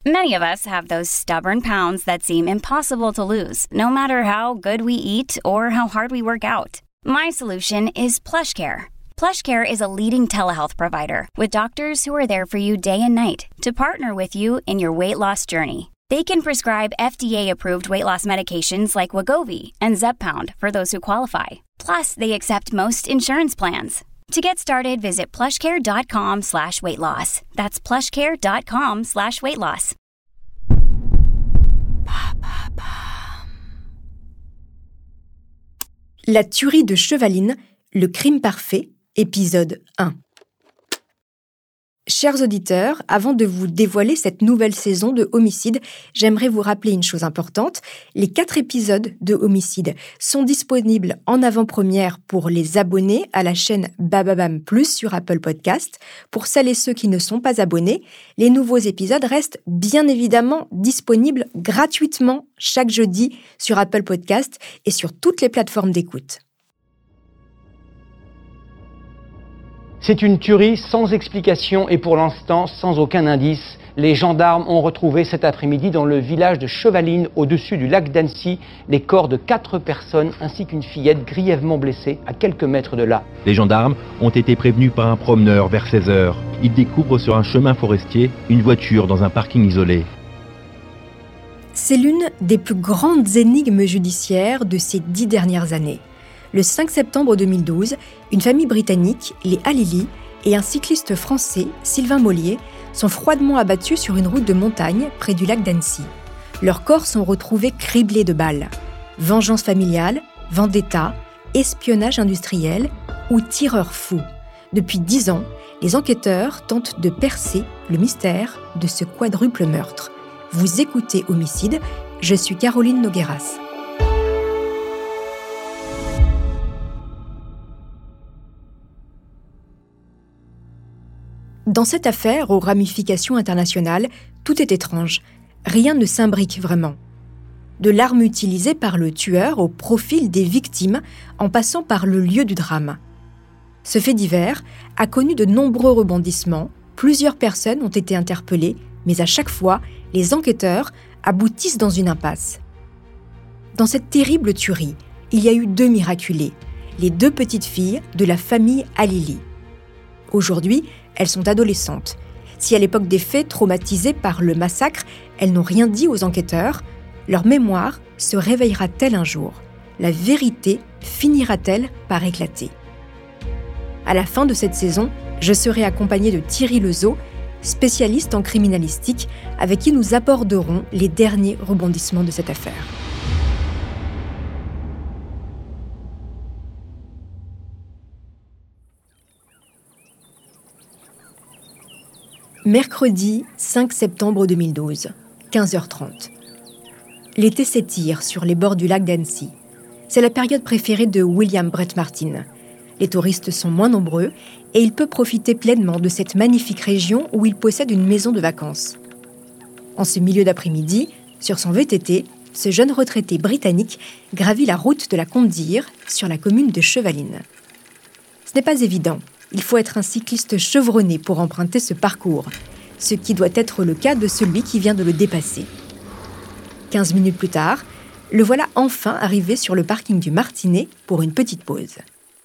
Many of us have those stubborn pounds that seem impossible to lose, no matter how good we eat or how hard we work out. My solution is PlushCare. PlushCare is a leading telehealth provider with doctors who are there for you day and night to partner with you in your weight loss journey. They can prescribe FDA-approved weight loss medications like Wegovy and Zepbound for those who qualify. Plus, they accept most insurance plans. To get started, visit plushcare.com/weightloss. That's plushcare.com/weightloss. La tuerie de Chevaline, le crime parfait, épisode 1. Chers auditeurs, avant de vous dévoiler cette nouvelle saison de Homicide, j'aimerais vous rappeler une chose importante. Les 4 épisodes de Homicide sont disponibles en avant-première pour les abonnés à la chaîne Bababam Plus sur Apple Podcast. Pour celles et ceux qui ne sont pas abonnés, les nouveaux épisodes restent bien évidemment disponibles gratuitement chaque jeudi sur Apple Podcast et sur toutes les plateformes d'écoute. C'est une tuerie sans explication et pour l'instant sans aucun indice. Les gendarmes ont retrouvé cet après-midi dans le village de Chevaline, au-dessus du lac d'Annecy, les corps de 4 personnes ainsi qu'une fillette grièvement blessée à quelques mètres de là. Les gendarmes ont été prévenus par un promeneur vers 16h. Ils découvrent sur un chemin forestier une voiture dans un parking isolé. C'est l'une des plus grandes énigmes judiciaires de ces 10 dernières années. Le 5 septembre 2012, une famille britannique, les Halili, et un cycliste français, Sylvain Mollier, sont froidement abattus sur une route de montagne près du lac d'Annecy. Leurs corps sont retrouvés criblés de balles. Vengeance familiale, vendetta, espionnage industriel ou tireur fou. Depuis 10 ans, les enquêteurs tentent de percer le mystère de ce quadruple meurtre. Vous écoutez Homicide, je suis Caroline Nogueras. Dans cette affaire aux ramifications internationales, tout est étrange. Rien ne s'imbrique vraiment. De l'arme utilisée par le tueur au profil des victimes, en passant par le lieu du drame. Ce fait divers a connu de nombreux rebondissements, plusieurs personnes ont été interpellées, mais à chaque fois, les enquêteurs aboutissent dans une impasse. Dans cette terrible tuerie, il y a eu 2 miraculés, les 2 petites filles de la famille Halili. Aujourd'hui, elles sont adolescentes. Si à l'époque des faits, traumatisées par le massacre, elles n'ont rien dit aux enquêteurs, leur mémoire se réveillera-t-elle un jour ? La vérité finira-t-elle par éclater ? À la fin de cette saison, je serai accompagnée de Thierry Lezeau, spécialiste en criminalistique, avec qui nous aborderons les derniers rebondissements de cette affaire. Mercredi 5 septembre 2012, 15h30. L'été s'étire sur les bords du lac d'Annecy. C'est la période préférée de William Brett Martin. Les touristes sont moins nombreux et il peut profiter pleinement de cette magnifique région où il possède une maison de vacances. En ce milieu d'après-midi, sur son VTT, ce jeune retraité britannique gravit la route de la Côte d'Ir sur la commune de Chevaline. Ce n'est pas évident. Il faut être un cycliste chevronné pour emprunter ce parcours, ce qui doit être le cas de celui qui vient de le dépasser. 15 minutes plus tard, le voilà enfin arrivé sur le parking du Martinet pour une petite pause.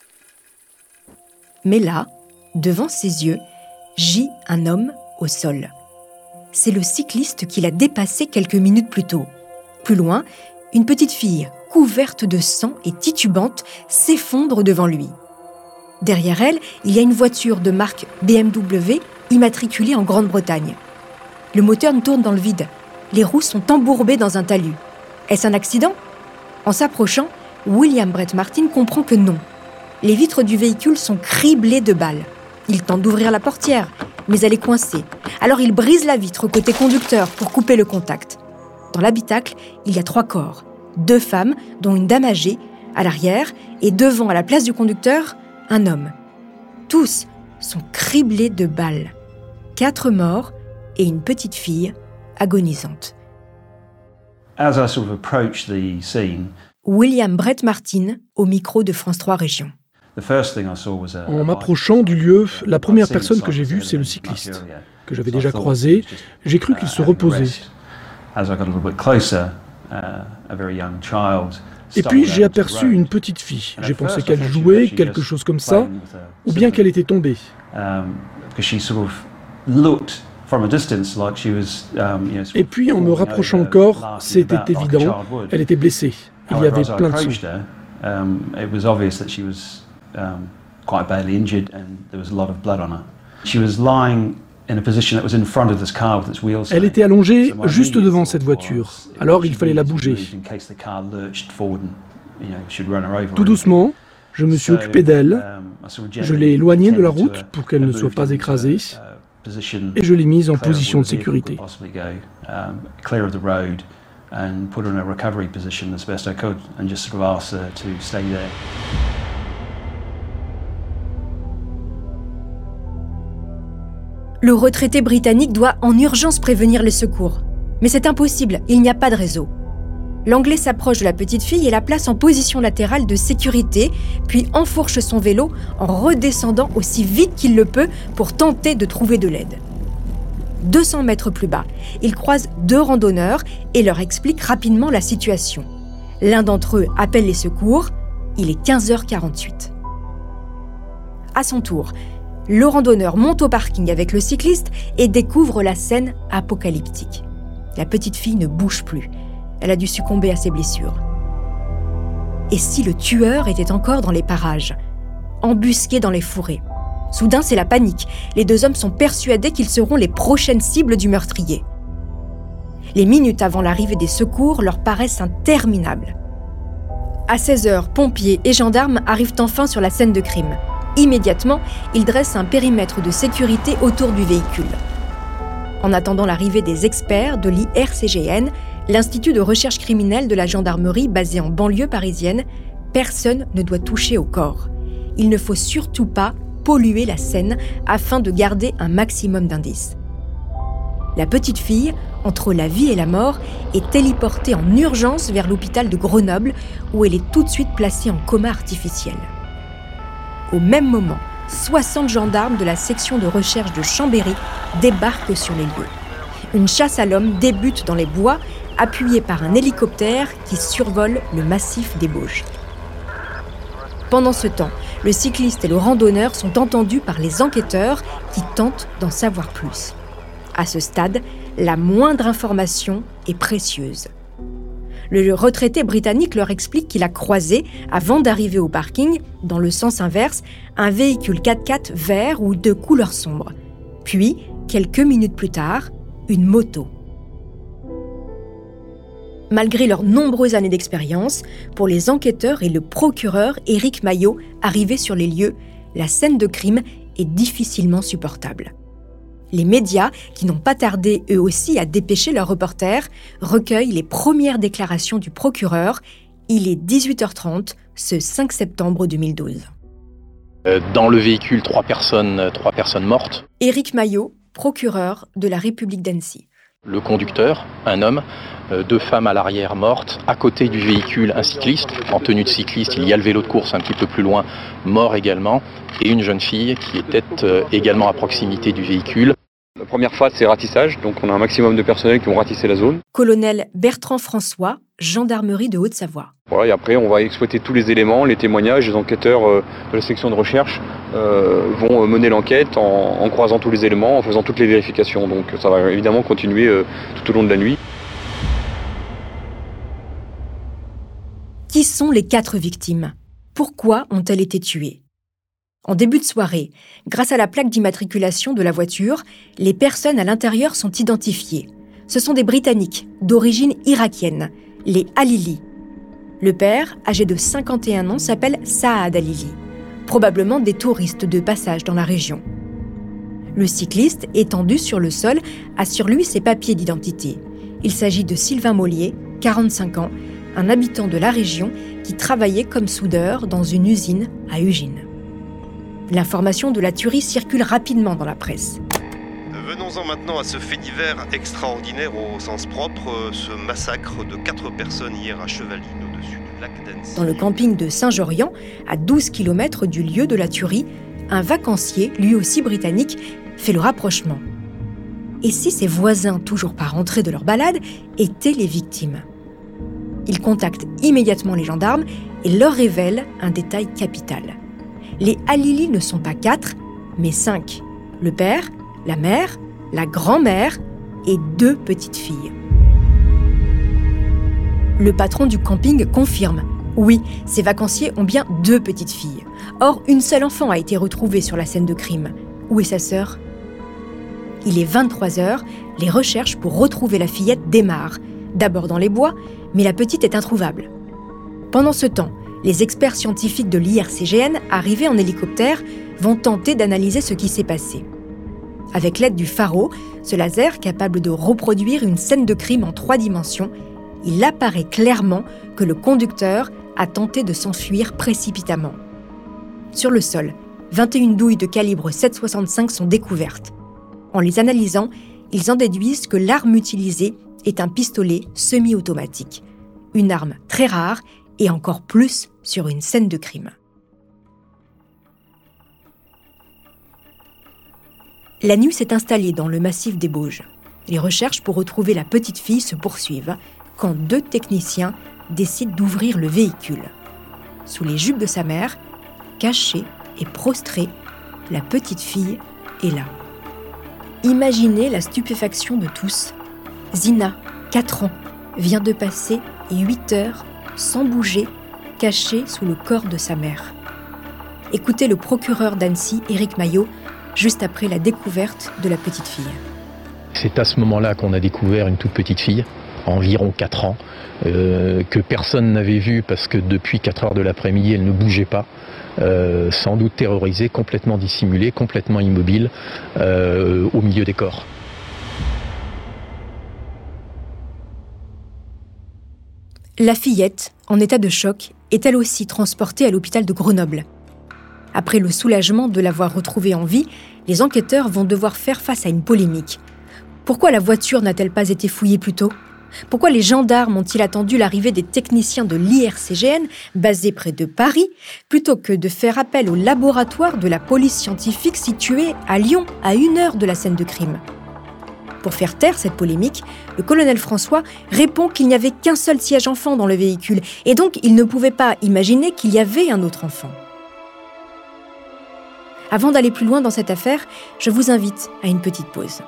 Mais là, devant ses yeux, gît un homme au sol. C'est le cycliste qui l'a dépassé quelques minutes plus tôt. Plus loin, une petite fille, couverte de sang et titubante, s'effondre devant lui. Derrière elle, il y a une voiture de marque BMW immatriculée en Grande-Bretagne. Le moteur tourne dans le vide. Les roues sont embourbées dans un talus. Est-ce un accident ? En s'approchant, William Brett Martin comprend que non. Les vitres du véhicule sont criblées de balles. Il tente d'ouvrir la portière, mais elle est coincée. Alors il brise la vitre côté conducteur pour couper le contact. Dans l'habitacle, il y a 3 corps. 2 femmes, dont une dame âgée, à l'arrière, et devant, à la place du conducteur, un homme. Tous sont criblés de balles. 4 morts et une petite fille agonisante. As I sort of approached the scene, William Brett Martin au micro de France 3 Régions. the first thing I saw was En m'approchant du lieu, la première personne que j'ai vue, c'est le cycliste. que j'avais déjà croisé, j'ai cru qu'il se reposait. Et puis j'ai aperçu une petite fille. J'ai pensé qu'elle jouait, quelque chose comme ça, ou bien qu'elle était tombée. Et puis en me rapprochant encore, c'était évident, elle était blessée. Il y avait plein de sang. Elle était allongée juste devant cette voiture, alors il fallait la bouger. Tout doucement, je me suis occupé d'elle, je l'ai éloignée de la route pour qu'elle ne soit pas écrasée, et je l'ai mise en position de sécurité. Le retraité britannique doit en urgence prévenir les secours. Mais c'est impossible, il n'y a pas de réseau. L'Anglais s'approche de la petite fille et la place en position latérale de sécurité, puis enfourche son vélo en redescendant aussi vite qu'il le peut pour tenter de trouver de l'aide. 200 mètres plus bas, il croise 2 randonneurs et leur explique rapidement la situation. L'un d'entre eux appelle les secours, il est 15h48. À son tour, le randonneur monte au parking avec le cycliste et découvre la scène apocalyptique. La petite fille ne bouge plus. Elle a dû succomber à ses blessures. Et si le tueur était encore dans les parages, embusqué dans les fourrés? Soudain, c'est la panique. Les 2 hommes sont persuadés qu'ils seront les prochaines cibles du meurtrier. Les minutes avant l'arrivée des secours leur paraissent interminables. À 16h, pompiers et gendarmes arrivent enfin sur la scène de crime. Immédiatement, ils dressent un périmètre de sécurité autour du véhicule. En attendant l'arrivée des experts de l'IRCGN, l'Institut de recherche criminelle de la gendarmerie basé en banlieue parisienne, personne ne doit toucher au corps. Il ne faut surtout pas polluer la scène afin de garder un maximum d'indices. La petite fille, entre la vie et la mort, est téléportée en urgence vers l'hôpital de Grenoble où elle est tout de suite placée en coma artificiel. Au même moment, 60 gendarmes de la section de recherche de Chambéry débarquent sur les lieux. Une chasse à l'homme débute dans les bois, appuyée par un hélicoptère qui survole le massif des Bauges. Pendant ce temps, le cycliste et le randonneur sont entendus par les enquêteurs qui tentent d'en savoir plus. À ce stade, la moindre information est précieuse. Le retraité britannique leur explique qu'il a croisé, avant d'arriver au parking, dans le sens inverse, un véhicule 4x4 vert ou de couleur sombre. Puis, quelques minutes plus tard, une moto. Malgré leurs nombreuses années d'expérience, pour les enquêteurs et le procureur Éric Maillot, arrivés sur les lieux, la scène de crime est difficilement supportable. Les médias, qui n'ont pas tardé eux aussi à dépêcher leurs reporters, recueillent les premières déclarations du procureur. Il est 18h30, ce 5 septembre 2012. Dans le véhicule, 3 personnes mortes. Éric Maillot, procureur de la République d'Annecy. Le conducteur, un homme, 2 femmes à l'arrière mortes. À côté du véhicule, un cycliste. En tenue de cycliste, il y a le vélo de course un petit peu plus loin, mort également. Et une jeune fille qui était également à proximité du véhicule. La première phase, c'est ratissage. Donc on a un maximum de personnel qui vont ratisser la zone. Colonel Bertrand François, gendarmerie de Haute-Savoie. Voilà, et après, on va exploiter tous les éléments, les témoignages. Les enquêteurs de la section de recherche vont mener l'enquête en croisant tous les éléments, en faisant toutes les vérifications. Donc ça va évidemment continuer tout au long de la nuit. Qui sont les 4 victimes? Pourquoi ont-elles été tuées? En début de soirée, grâce à la plaque d'immatriculation de la voiture, les personnes à l'intérieur sont identifiées. Ce sont des Britanniques d'origine irakienne, les Halili. Le père, âgé de 51 ans, s'appelle Saad Halili, probablement des touristes de passage dans la région. Le cycliste, étendu sur le sol, a sur lui ses papiers d'identité. Il s'agit de Sylvain Mollier, 45 ans, un habitant de la région qui travaillait comme soudeur dans une usine à Ugine. L'information de la tuerie circule rapidement dans la presse. Venons-en maintenant à ce fait divers extraordinaire au sens propre, ce massacre de 4 personnes hier à Chevaline, au-dessus du lac d'Annecy. Dans le camping de Saint-Jorian, à 12 km du lieu de la tuerie, un vacancier, lui aussi britannique, fait le rapprochement. Et si ses voisins, toujours pas rentrés de leur balade, étaient les victimes ? Il contacte immédiatement les gendarmes et leur révèle un détail capital. Les Halili ne sont pas 4, mais 5. Le père, la mère, la grand-mère et 2 petites filles. Le patron du camping confirme. Oui, ces vacanciers ont bien 2 petites filles. Or, une seule enfant a été retrouvée sur la scène de crime. Où est sa sœur ? Il est 23h, les recherches pour retrouver la fillette démarrent. D'abord dans les bois, mais la petite est introuvable. Pendant ce temps, les experts scientifiques de l'IRCGN, arrivés en hélicoptère, vont tenter d'analyser ce qui s'est passé. Avec l'aide du pharo, ce laser capable de reproduire une scène de crime en 3 dimensions, il apparaît clairement que le conducteur a tenté de s'enfuir précipitamment. Sur le sol, 21 douilles de calibre 7,65 sont découvertes. En les analysant, ils en déduisent que l'arme utilisée est un pistolet semi-automatique. Une arme très rare et encore plus sur une scène de crime. La nuit s'est installée dans le massif des Bauges. Les recherches pour retrouver la petite fille se poursuivent quand 2 techniciens décident d'ouvrir le véhicule. Sous les jupes de sa mère, cachée et prostrée, la petite fille est là. Imaginez la stupéfaction de tous. Zina, 4 ans, vient de passer 8 heures sans bouger, cachée sous le corps de sa mère. Écoutez le procureur d'Annecy, Éric Maillot, juste après la découverte de la petite fille. C'est à ce moment-là qu'on a découvert une toute petite fille, environ 4 ans, que personne n'avait vue parce que depuis 4 heures de l'après-midi, elle ne bougeait pas. Sans doute terrorisée, complètement dissimulée, complètement immobile, au milieu des corps. La fillette, en état de choc, est elle aussi transportée à l'hôpital de Grenoble. Après le soulagement de l'avoir retrouvée en vie, les enquêteurs vont devoir faire face à une polémique. Pourquoi la voiture n'a-t-elle pas été fouillée plus tôt ? Pourquoi les gendarmes ont-ils attendu l'arrivée des techniciens de l'IRCGN, basés près de Paris, plutôt que de faire appel au laboratoire de la police scientifique situé à Lyon, à 1 heure de la scène de crime ? Pour faire taire cette polémique, le colonel François répond qu'il n'y avait qu'un seul siège enfant dans le véhicule, et donc il ne pouvait pas imaginer qu'il y avait un autre enfant. Avant d'aller plus loin dans cette affaire, je vous invite à une petite pause.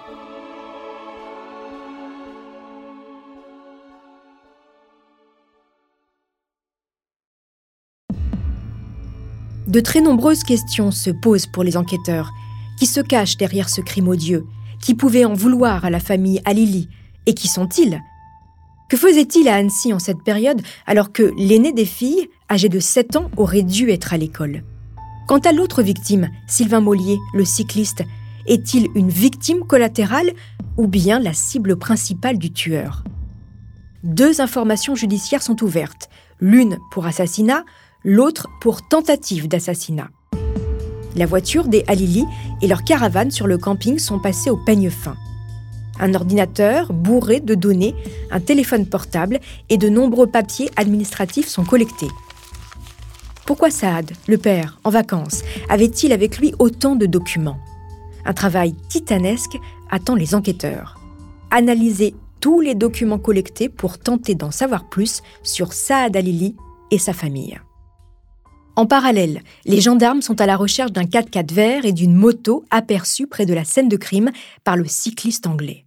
De très nombreuses questions se posent pour les enquêteurs. Qui se cache derrière ce crime odieux ? Qui pouvait en vouloir à la famille Halili ? Et qui sont-ils ? Que faisait-il à Annecy en cette période alors que l'aîné des filles, âgé de 7 ans, aurait dû être à l'école ? Quant à l'autre victime, Sylvain Mollier, le cycliste, est-il une victime collatérale ou bien la cible principale du tueur ? 2 informations judiciaires sont ouvertes, l'une pour assassinat, l'autre pour tentative d'assassinat. La voiture des Halili et leur caravane sur le camping sont passés au peigne fin. Un ordinateur bourré de données, un téléphone portable et de nombreux papiers administratifs sont collectés. Pourquoi Saad, le père, en vacances, avait-il avec lui autant de documents ? Un travail titanesque attend les enquêteurs. Analyser tous les documents collectés pour tenter d'en savoir plus sur Saad Halili et sa famille. En parallèle, les gendarmes sont à la recherche d'un 4x4 vert et d'une moto aperçue près de la scène de crime par le cycliste anglais.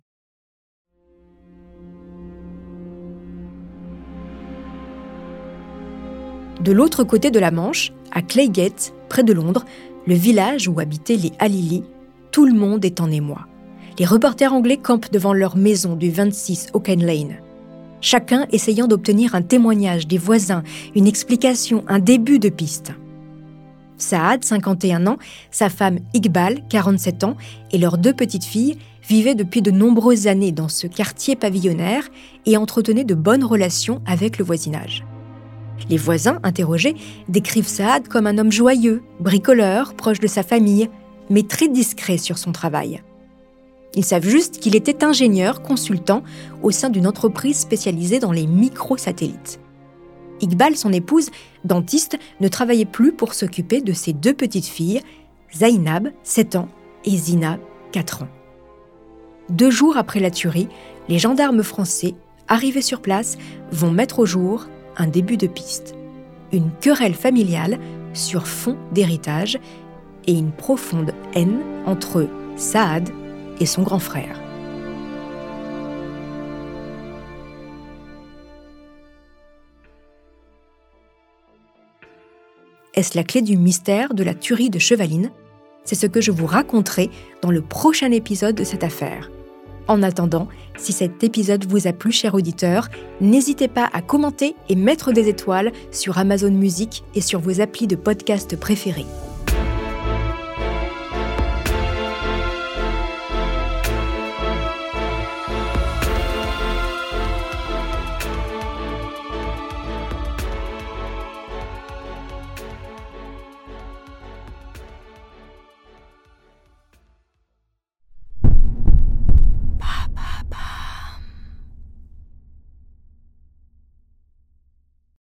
De l'autre côté de la Manche, à Claygate, près de Londres, le village où habitaient les Halili, tout le monde est en émoi. Les reporters anglais campent devant leur maison du 26 Oaken Lane. Chacun essayant d'obtenir un témoignage des voisins, une explication, un début de piste. Saad, 51 ans, sa femme Iqbal, 47 ans, et leurs 2 petites filles vivaient depuis de nombreuses années dans ce quartier pavillonnaire et entretenaient de bonnes relations avec le voisinage. Les voisins, interrogés, décrivent Saad comme un homme joyeux, bricoleur, proche de sa famille, mais très discret sur son travail. Ils savent juste qu'il était ingénieur consultant au sein d'une entreprise spécialisée dans les microsatellites. Iqbal, son épouse, dentiste, ne travaillait plus pour s'occuper de ses 2 petites filles, Zainab, 7 ans, et Zina, 4 ans. 2 jours après la tuerie, les gendarmes français, arrivés sur place, vont mettre au jour un début de piste. Une querelle familiale sur fond d'héritage et une profonde haine entre Saad et son grand frère. Est-ce la clé du mystère de la tuerie de Chevaline ? C'est ce que je vous raconterai dans le prochain épisode de cette affaire. En attendant, si cet épisode vous a plu, cher auditeur, n'hésitez pas à commenter et mettre des étoiles sur Amazon Music et sur vos applis de podcast préférés.